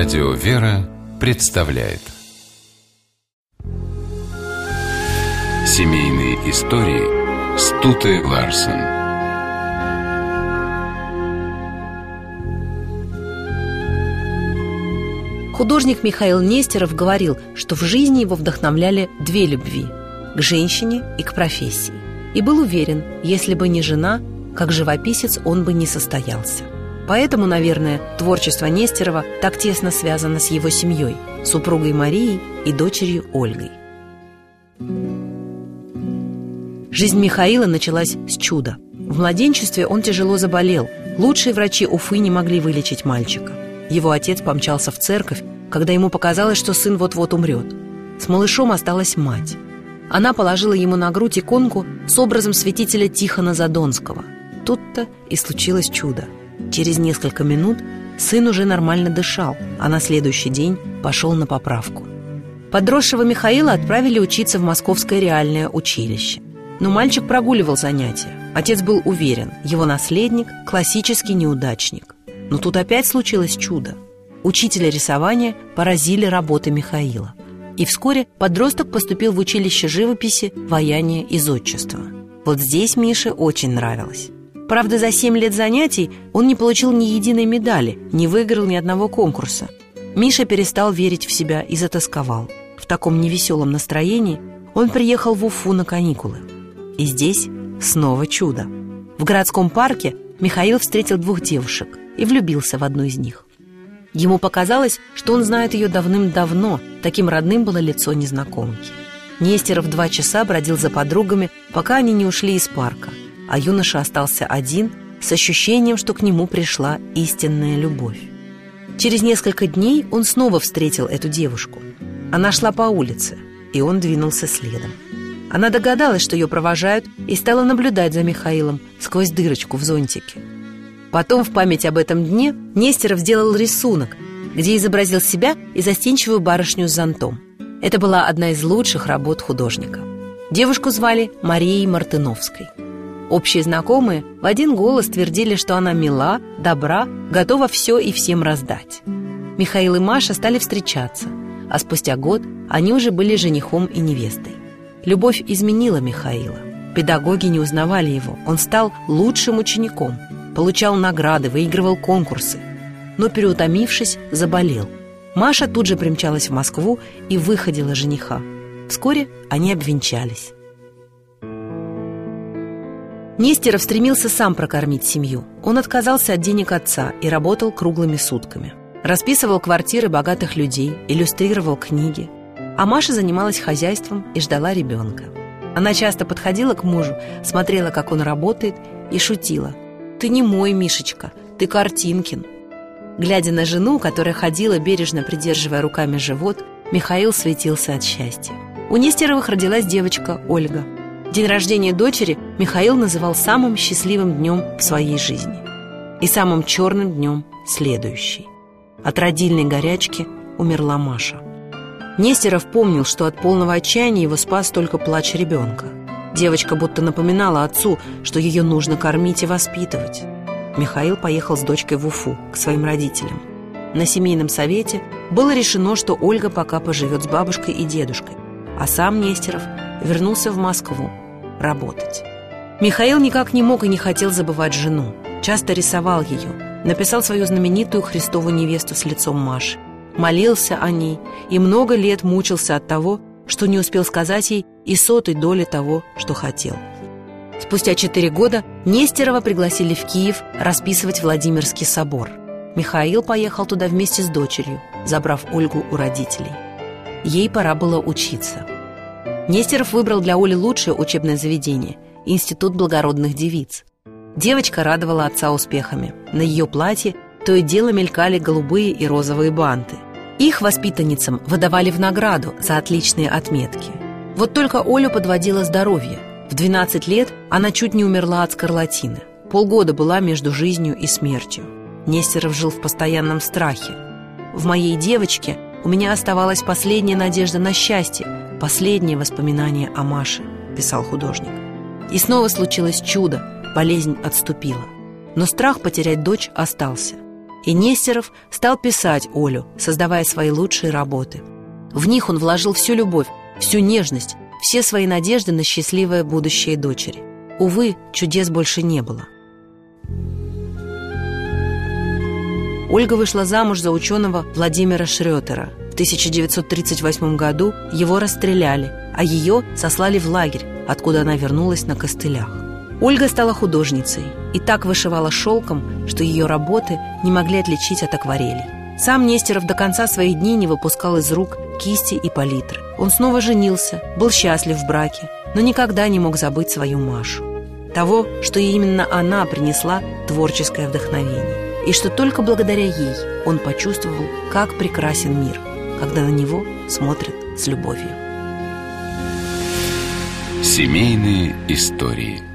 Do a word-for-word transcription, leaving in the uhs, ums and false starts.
Радио «Вера» представляет Семейные истории Стуте Ларсен. Художник Михаил Нестеров говорил, что в жизни его вдохновляли две любви – к женщине и к профессии. И был уверен, если бы не жена, как живописец он бы не состоялся. Поэтому, наверное, творчество Нестерова так тесно связано с его семьей, супругой Марией и дочерью Ольгой. Жизнь Михаила началась с чуда. В младенчестве он тяжело заболел. Лучшие врачи Уфы не могли вылечить мальчика. Его отец помчался в церковь, когда ему показалось, что сын вот-вот умрет. С малышом осталась мать. Она положила ему на грудь иконку с образом святителя Тихона Задонского. Тут-то и случилось чудо. Через несколько минут сын уже нормально дышал, а на следующий день пошел на поправку. Подросшего Михаила отправили учиться в Московское реальное училище. Но мальчик прогуливал занятия. Отец был уверен, его наследник – классический неудачник. Но тут опять случилось чудо. Учителя рисования поразили работы Михаила. И вскоре подросток поступил в училище живописи, ваяния и зодчества. Вот здесь Мише очень нравилось. Правда, за семь лет занятий он не получил ни единой медали, не выиграл ни одного конкурса. Миша перестал верить в себя и затосковал. В таком невеселом настроении он приехал в Уфу на каникулы. И здесь снова чудо. В городском парке Михаил встретил двух девушек и влюбился в одну из них. Ему показалось, что он знает ее давным-давно, таким родным было лицо незнакомки. Нестеров два часа бродил за подругами, пока они не ушли из парка, а юноша остался один с ощущением, что к нему пришла истинная любовь. Через несколько дней он снова встретил эту девушку. Она шла по улице, и он двинулся следом. Она догадалась, что ее провожают, и стала наблюдать за Михаилом сквозь дырочку в зонтике. Потом в память об этом дне Нестеров сделал рисунок, где изобразил себя и застенчивую барышню с зонтом. Это была одна из лучших работ художника. Девушку звали Марией Мартыновской. Общие знакомые в один голос твердили, что она мила, добра, готова все и всем раздать. Михаил и Маша стали встречаться, а спустя год они уже были женихом и невестой. Любовь изменила Михаила. Педагоги не узнавали его. Он стал лучшим учеником, получал награды, выигрывал конкурсы. Но, переутомившись, заболел. Маша тут же примчалась в Москву и выходила жениха. Вскоре они обвенчались. Нестеров стремился сам прокормить семью. Он отказался от денег отца и работал круглыми сутками. Расписывал квартиры богатых людей, иллюстрировал книги. А Маша занималась хозяйством и ждала ребенка. Она часто подходила к мужу, смотрела, как он работает, и шутила: «Ты не мой, Мишечка, ты Картинкин». Глядя на жену, которая ходила, бережно придерживая руками живот, Михаил светился от счастья. У Нестеровых родилась девочка Ольга. День рождения дочери Михаил называл самым счастливым днем в своей жизни. И самым черным днем следующий. От родильной горячки умерла Маша. Нестеров помнил, что от полного отчаяния его спас только плач ребенка. Девочка будто напоминала отцу, что ее нужно кормить и воспитывать. Михаил поехал с дочкой в Уфу, к своим родителям. На семейном совете было решено, что Ольга пока поживет с бабушкой и дедушкой, а сам Нестеров вернулся в Москву работать. Михаил никак не мог и не хотел забывать жену. Часто рисовал ее, написал свою знаменитую Христову невесту с лицом Маши. Молился о ней и много лет мучился от того, что не успел сказать ей и сотой доли того, что хотел. Спустя четыре года Нестерова пригласили в Киев расписывать Владимирский собор. Михаил поехал туда вместе с дочерью, забрав Ольгу у родителей. Ей пора было учиться. Нестеров выбрал для Оли лучшее учебное заведение – Институт благородных девиц. Девочка радовала отца успехами. На ее платье то и дело мелькали голубые и розовые банты. Их воспитанницам выдавали в награду за отличные отметки. Вот только Олю подводило здоровье. В двенадцать лет она чуть не умерла от скарлатины. Полгода была между жизнью и смертью. Нестеров жил в постоянном страхе. «В моей девочке у меня оставалась последняя надежда на счастье, последнее воспоминание о Маше», – писал художник. И снова случилось чудо, болезнь отступила. Но страх потерять дочь остался. И Нестеров стал писать Олю, создавая свои лучшие работы. В них он вложил всю любовь, всю нежность, все свои надежды на счастливое будущее дочери. Увы, чудес больше не было. Ольга вышла замуж за ученого Владимира Шрётера. В тысяча девятьсот тридцать восьмом году его расстреляли, а ее сослали в лагерь, откуда она вернулась на костылях. Ольга стала художницей и так вышивала шелком, что ее работы не могли отличить от акварелей. Сам Нестеров до конца своих дней не выпускал из рук кисти и палитры. Он снова женился, был счастлив в браке, но никогда не мог забыть свою Машу. Того, что именно она принесла творческое вдохновение. И что только благодаря ей он почувствовал, как прекрасен мир, когда на него смотрят с любовью. Семейные истории.